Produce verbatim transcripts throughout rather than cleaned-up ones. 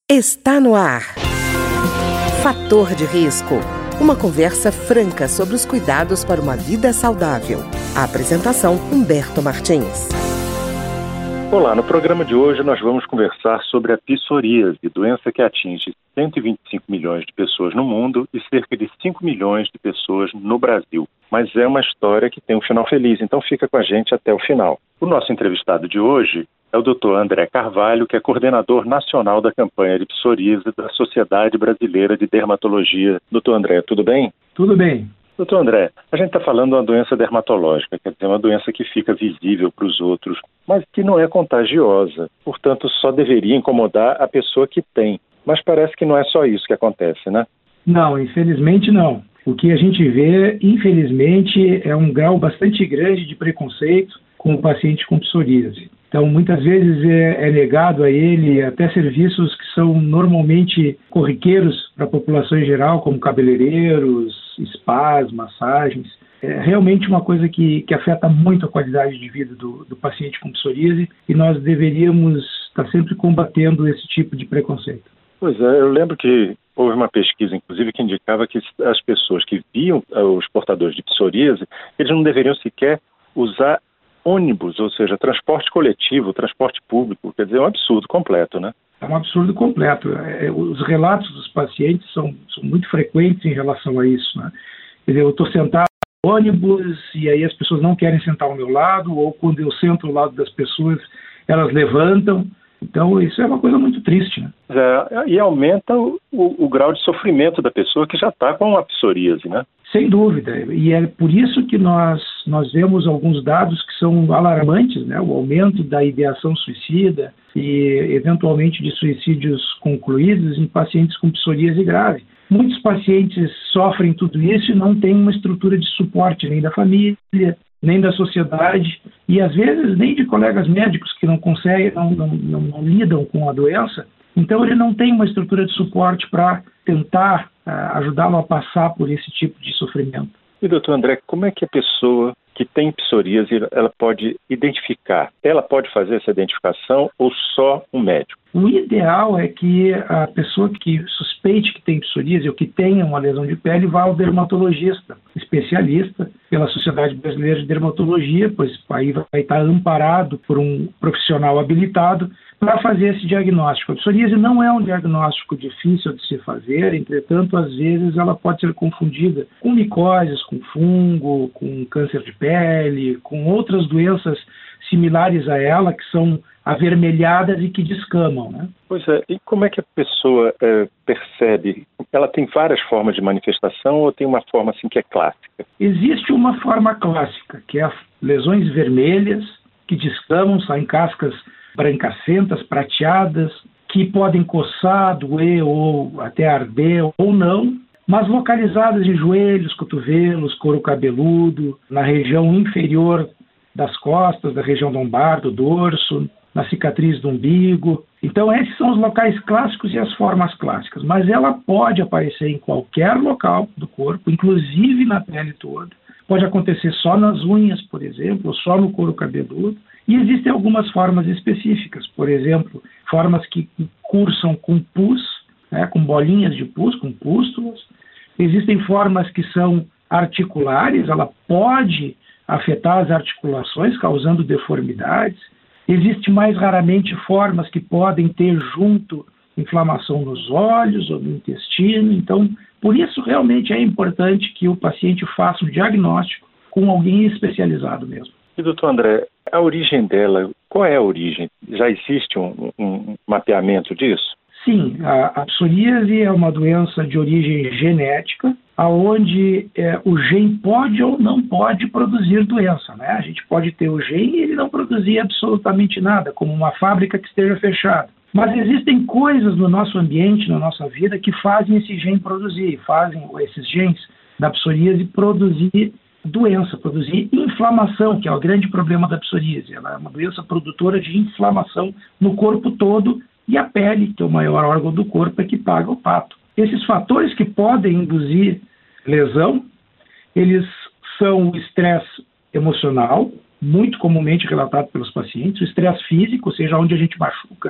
Está no ar. Fator de risco. Uma conversa franca sobre os cuidados para uma vida saudável. A apresentação, Humberto Martins. Olá, no programa de hoje nós vamos conversar sobre a psoríase, doença que atinge cento e vinte e cinco milhões de pessoas no mundo e cerca de cinco milhões de pessoas no Brasil. Mas é uma história que tem um final feliz, então fica com a gente até o final. O nosso entrevistado de hoje é o doutor André Carvalho, que é coordenador nacional da campanha de psoríase da Sociedade Brasileira de Dermatologia. doutor André, tudo bem? Tudo bem. doutor André, a gente está falando de uma doença dermatológica, quer dizer, uma doença que fica visível para os outros, mas que não é contagiosa, portanto só deveria incomodar a pessoa que tem. Mas parece que não é só isso que acontece, né? Não, infelizmente não. O que a gente vê, infelizmente, é um grau bastante grande de preconceito com o paciente com psoríase. Então, muitas vezes é, é negado a ele até serviços que são normalmente corriqueiros para a população em geral, como cabeleireiros, spas, massagens. É realmente uma coisa que, que afeta muito a qualidade de vida do, do paciente com psoríase e nós deveríamos estar sempre combatendo esse tipo de preconceito. Pois é, eu lembro que houve uma pesquisa, inclusive, que indicava que as pessoas que viam os portadores de psoríase, eles não deveriam sequer usar ônibus, ou seja, transporte coletivo, transporte público. Quer dizer, é um absurdo completo, né? É um absurdo completo. É, os relatos dos pacientes são, são muito frequentes em relação a isso, né? Quer dizer, eu estou sentado no ônibus e aí as pessoas não querem sentar ao meu lado, ou quando eu sento ao lado das pessoas, elas levantam. Então, isso é uma coisa muito triste, né? É, e aumenta o, o, o grau de sofrimento da pessoa que já está com a psoríase, né? Sem dúvida. E é por isso que nós, nós vemos alguns dados que são alarmantes, né? O aumento da ideação suicida e, eventualmente, de suicídios concluídos em pacientes com psoríase grave. Muitos pacientes sofrem tudo isso e não têm uma estrutura de suporte nem da família, nem da sociedade, e às vezes nem de colegas médicos que não conseguem, não, não, não, não lidam com a doença. Então ele não tem uma estrutura de suporte para tentar uh, ajudá-lo a passar por esse tipo de sofrimento. E doutor André, como é que a pessoa que tem psoríase, ela pode identificar? Ela pode fazer essa identificação ou só um médico? O ideal é que a pessoa que suspeite que tem psoríase ou que tenha uma lesão de pele vá ao dermatologista, especialista pela Sociedade Brasileira de Dermatologia, pois aí vai estar amparado por um profissional habilitado para fazer esse diagnóstico. A psoríase não é um diagnóstico difícil de se fazer, entretanto, às vezes ela pode ser confundida com micoses, com fungo, com câncer de pele, com outras doenças similares a ela, que são avermelhadas e que descamam, né? Pois é, e como é que a pessoa é, percebe? Ela tem várias formas de manifestação ou tem uma forma assim que é clássica? Existe uma forma clássica, que é as lesões vermelhas, que descamam, saem cascas brancacentas, prateadas, que podem coçar, doer ou até arder ou não, mas localizadas em joelhos, cotovelos, couro cabeludo, na região inferior das costas, da região lombar, do dorso, na cicatriz do umbigo. Então esses são os locais clássicos e as formas clássicas, mas ela pode aparecer em qualquer local do corpo, inclusive na pele toda. Pode acontecer só nas unhas, por exemplo, ou só no couro cabeludo. E existem algumas formas específicas, por exemplo, formas que cursam com pus, né, com bolinhas de pus, com pústulas. Existem formas que são articulares, ela pode afetar as articulações, causando deformidades. Existem mais raramente formas que podem ter junto inflamação nos olhos ou no intestino. Então, por isso realmente é importante que o paciente faça o diagnóstico com alguém especializado mesmo. E doutor André, a origem dela, qual é a origem? Já existe um, um mapeamento disso? Sim, a, a psoríase é uma doença de origem genética, onde é, o gene pode ou não pode produzir doença, né? A gente pode ter o gene e ele não produzir absolutamente nada, como uma fábrica que esteja fechada. Mas existem coisas no nosso ambiente, na nossa vida, que fazem esse gene produzir, fazem esses genes da psoríase produzir doença, produzir inflamação, que é o grande problema da psoríase. Ela é uma doença produtora de inflamação no corpo todo e a pele, que é o maior órgão do corpo, é que paga o pato. Esses fatores que podem induzir lesão, eles são o estresse emocional, muito comumente relatado pelos pacientes, o estresse físico, ou seja, onde a gente machuca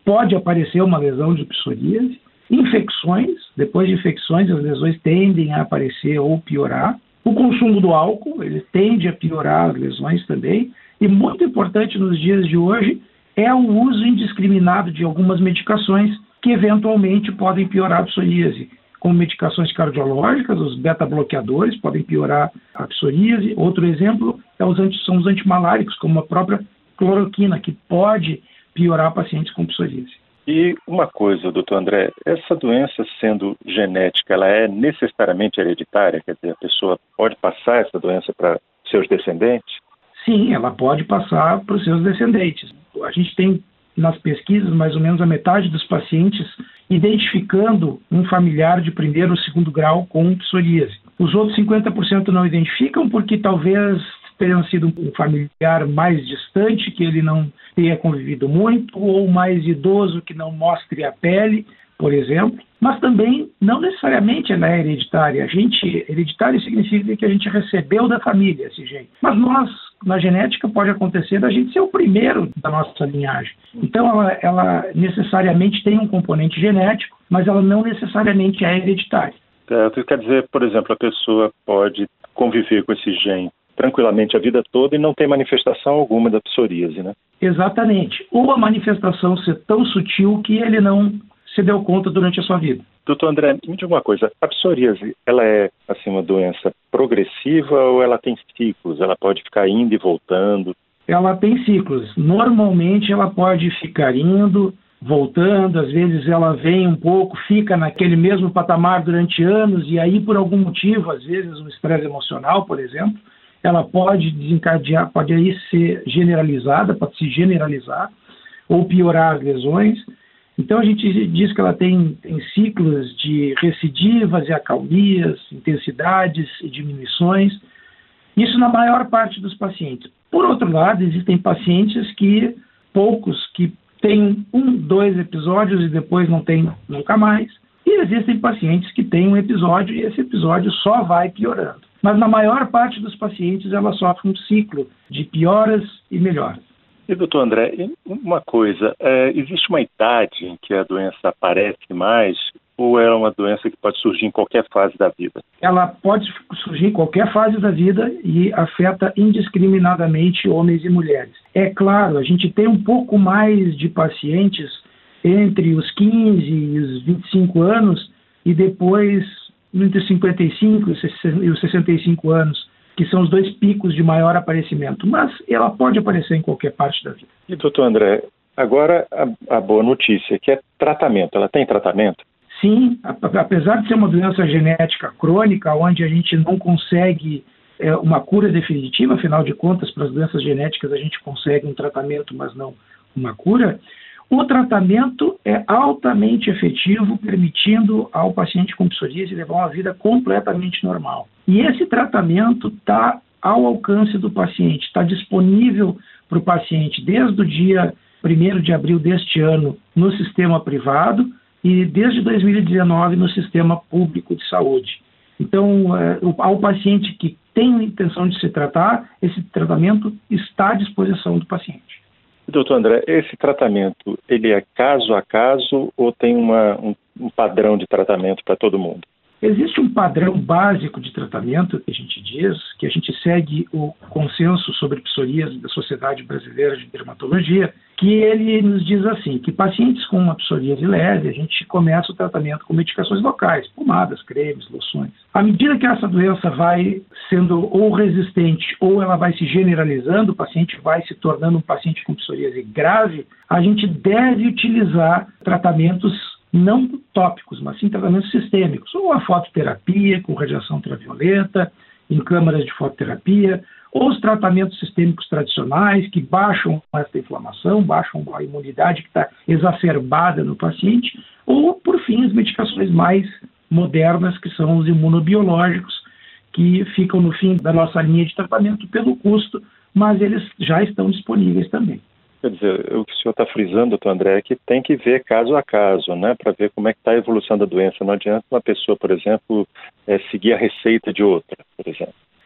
pode aparecer uma lesão de psoríase. Infecções, depois de infecções, as lesões tendem a aparecer ou piorar. O consumo do álcool, ele tende a piorar as lesões também. E muito importante nos dias de hoje é o uso indiscriminado de algumas medicações que eventualmente podem piorar a psoríase, como medicações cardiológicas, os beta-bloqueadores podem piorar a psoríase. Outro exemplo é os anti, são os antimaláricos, como a própria cloroquina, que pode piorar pacientes com psoríase. E uma coisa, doutor André, essa doença sendo genética, ela é necessariamente hereditária? Quer dizer, a pessoa pode passar essa doença para seus descendentes? Sim, ela pode passar para os seus descendentes. A gente tem nas pesquisas mais ou menos a metade dos pacientes identificando um familiar de primeiro ou segundo grau com psoríase. Os outros cinquenta por cento não identificam porque talvez tenha sido um familiar mais distante, que ele não tenha convivido muito, ou mais idoso que não mostre a pele, por exemplo. Mas também, não necessariamente ela é hereditária. A gente, hereditário significa que a gente recebeu da família esse gene. Mas nós, na genética, pode acontecer da gente ser o primeiro da nossa linhagem. Então, ela, ela necessariamente tem um componente genético, mas ela não necessariamente é hereditária. É, quer dizer, por exemplo, a pessoa pode conviver com esse gene tranquilamente a vida toda e não tem manifestação alguma da psoríase, né? Exatamente. Ou a manifestação ser tão sutil que ele não se deu conta durante a sua vida. Doutor André, me diga uma coisa, a psoríase, ela é assim, uma doença progressiva ou ela tem ciclos? Ela pode ficar indo e voltando? Ela tem ciclos. Normalmente ela pode ficar indo, voltando, às vezes ela vem um pouco, fica naquele mesmo patamar durante anos e aí por algum motivo, às vezes um estresse emocional, por exemplo, ela pode desencadear, pode aí ser generalizada, pode se generalizar ou piorar as lesões. Então a gente diz que ela tem, tem ciclos de recidivas e acalmias, intensidades e diminuições. Isso na maior parte dos pacientes. Por outro lado, existem pacientes que, poucos, que têm um, dois episódios e depois não tem nunca mais. E existem pacientes que têm um episódio e esse episódio só vai piorando. Mas na maior parte dos pacientes ela sofre um ciclo de pioras e melhoras. E, doutor André, uma coisa, é, existe uma idade em que a doença aparece mais ou é uma doença que pode surgir em qualquer fase da vida? Ela pode surgir em qualquer fase da vida e afeta indiscriminadamente homens e mulheres. É claro, a gente tem um pouco mais de pacientes entre os quinze e os vinte e cinco anos e depois entre os cinquenta e cinco e os sessenta e cinco anos, que são os dois picos de maior aparecimento, mas ela pode aparecer em qualquer parte da vida. E, doutor André, agora a, a boa notícia, que é tratamento. Ela tem tratamento? Sim, apesar de ser uma doença genética crônica, onde a gente não consegue é, uma cura definitiva, afinal de contas, para as doenças genéticas a gente consegue um tratamento, mas não uma cura, o tratamento é altamente efetivo, permitindo ao paciente com psoríase levar uma vida completamente normal. E esse tratamento está ao alcance do paciente, está disponível para o paciente desde o dia primeiro de abril deste ano no sistema privado e desde dois mil e dezenove no sistema público de saúde. Então, é, ao paciente que tem a intenção de se tratar, esse tratamento está à disposição do paciente. Doutor André, esse tratamento, ele é caso a caso ou tem uma, um, um padrão de tratamento para todo mundo? Existe um padrão básico de tratamento que a gente diz, que a gente segue o consenso sobre psoríase da Sociedade Brasileira de Dermatologia, que ele nos diz assim, que pacientes com uma psoríase leve, a gente começa o tratamento com medicações locais, pomadas, cremes, loções. À medida que essa doença vai sendo ou resistente ou ela vai se generalizando, o paciente vai se tornando um paciente com psoríase grave, a gente deve utilizar tratamentos não tópicos, mas sim tratamentos sistêmicos, ou a fototerapia com radiação ultravioleta, em câmaras de fototerapia, ou os tratamentos sistêmicos tradicionais que baixam essa inflamação, baixam a imunidade que está exacerbada no paciente, ou, por fim, as medicações mais modernas, que são os imunobiológicos, que ficam no fim da nossa linha de tratamento pelo custo, mas eles já estão disponíveis também. Quer dizer, o que o senhor está frisando, doutor André, é que tem que ver caso a caso, né, para ver como é que está a evolução da doença. Não adianta uma pessoa, por exemplo, é, seguir a receita de outra, por exemplo.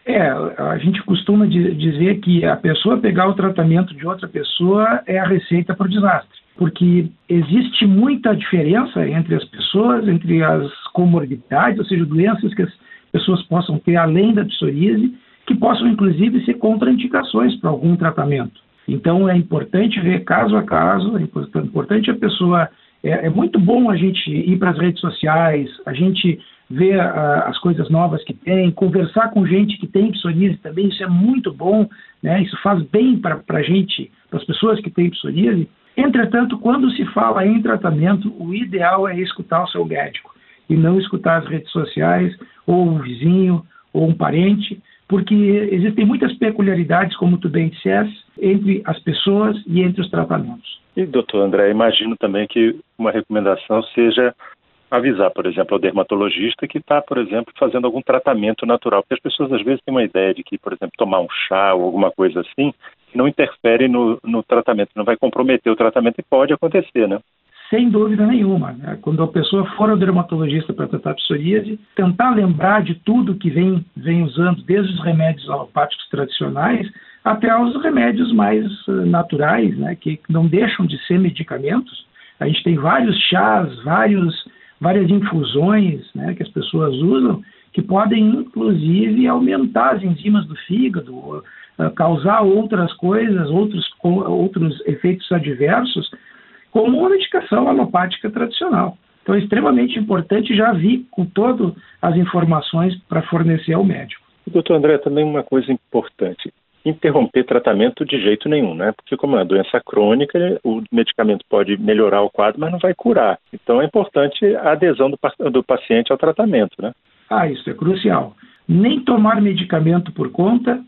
É, a gente costuma dizer que a pessoa pegar o tratamento de outra pessoa é a receita para o desastre, porque existe muita diferença entre as pessoas, entre as comorbidades, ou seja, doenças que as pessoas possam ter além da psoríase, que possam inclusive ser contraindicações para algum tratamento. Então é importante ver caso a caso, é importante a pessoa... É, é muito bom a gente ir para as redes sociais, a gente ver uh, as coisas novas que tem, conversar com gente que tem psoríase também, isso é muito bom, né? Isso faz bem para a gente, para as pessoas que têm psoríase. Entretanto, quando se fala em tratamento, o ideal é escutar o seu médico e não escutar as redes sociais, ou um vizinho, ou um parente, porque existem muitas peculiaridades, como tu bem disseste, entre as pessoas e entre os tratamentos. E, doutor André, imagino também que uma recomendação seja avisar, por exemplo, ao dermatologista que está, por exemplo, fazendo algum tratamento natural, porque as pessoas às vezes têm uma ideia de que, por exemplo, tomar um chá ou alguma coisa assim, não interfere no, no tratamento, não vai comprometer o tratamento e pode acontecer, né? Sem dúvida nenhuma, né? Quando a pessoa for ao dermatologista para tratar psoríase, tentar lembrar de tudo que vem, vem usando, desde os remédios alopáticos tradicionais até os remédios mais uh, naturais, né? Que não deixam de ser medicamentos. A gente tem vários chás, vários, várias infusões, né, que as pessoas usam, que podem, inclusive, aumentar as enzimas do fígado, uh, causar outras coisas, outros, outros efeitos adversos, como uma medicação alopática tradicional. Então é extremamente importante já vir com todas as informações para fornecer ao médico. Doutor André, também uma coisa importante, interromper tratamento de jeito nenhum, né? Porque como é uma doença crônica, o medicamento pode melhorar o quadro, mas não vai curar. Então é importante a adesão do, do paciente ao tratamento, né? Ah, isso é crucial. Nem tomar medicamento por conta,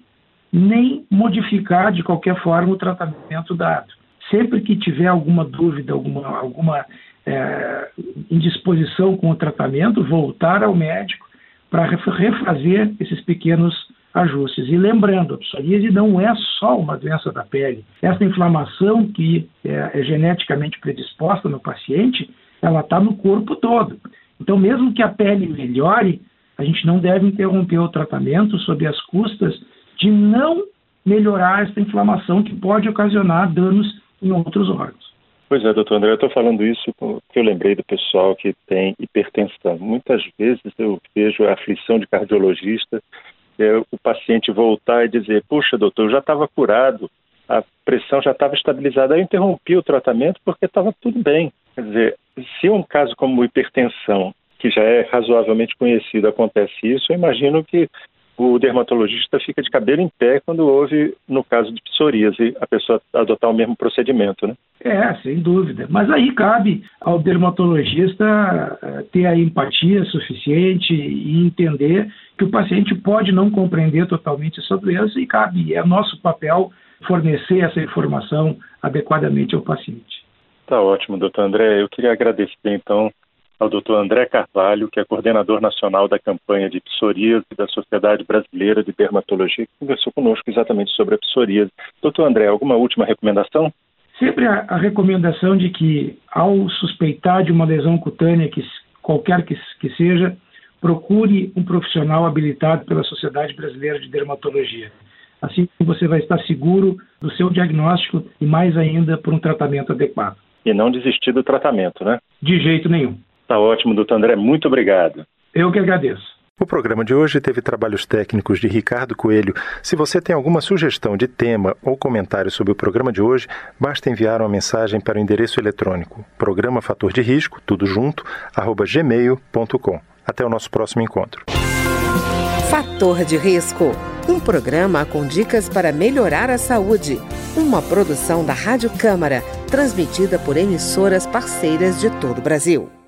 nem modificar de qualquer forma o tratamento dado. Sempre que tiver alguma dúvida, alguma, alguma é, indisposição com o tratamento, voltar ao médico para refazer esses pequenos ajustes. E lembrando, a psoríase não é só uma doença da pele. Essa inflamação que é, é geneticamente predisposta no paciente, ela está no corpo todo. Então, mesmo que a pele melhore, a gente não deve interromper o tratamento sob as custas de não melhorar essa inflamação que pode ocasionar danos em outros órgãos. Pois é, doutor André, eu estou falando isso porque eu lembrei do pessoal que tem hipertensão. Muitas vezes eu vejo a aflição de cardiologista, é, o paciente voltar e dizer, puxa, doutor, eu já estava curado, a pressão já estava estabilizada, eu interrompi o tratamento porque estava tudo bem. Quer dizer, se um caso como hipertensão, que já é razoavelmente conhecido, acontece isso, eu imagino que o dermatologista fica de cabelo em pé quando houve, no caso de psoríase, a pessoa adotar o mesmo procedimento, né? É, sem dúvida. Mas aí cabe ao dermatologista ter a empatia suficiente e entender que o paciente pode não compreender totalmente essa doença e cabe, é nosso papel fornecer essa informação adequadamente ao paciente. Tá ótimo, doutor André. Eu queria agradecer, então, ao doutor André Carvalho, que é coordenador nacional da campanha de psoríase da Sociedade Brasileira de Dermatologia, que conversou conosco exatamente sobre a psoríase. doutor André, alguma última recomendação? Sempre a, a recomendação de que, ao suspeitar de uma lesão cutânea, que, qualquer que, que seja, procure um profissional habilitado pela Sociedade Brasileira de Dermatologia. Assim você vai estar seguro do seu diagnóstico e, mais ainda, por um tratamento adequado. E não desistir do tratamento, né? De jeito nenhum. Tá ótimo, doutor André. Muito obrigado. Eu que agradeço. O programa de hoje teve trabalhos técnicos de Ricardo Coelho. Se você tem alguma sugestão de tema ou comentário sobre o programa de hoje, basta enviar uma mensagem para o endereço eletrônico programa fator de risco, tudo junto, arroba gmail ponto com. Até o nosso próximo encontro. Fator de Risco, um programa com dicas para melhorar a saúde. Uma produção da Rádio Câmara, transmitida por emissoras parceiras de todo o Brasil.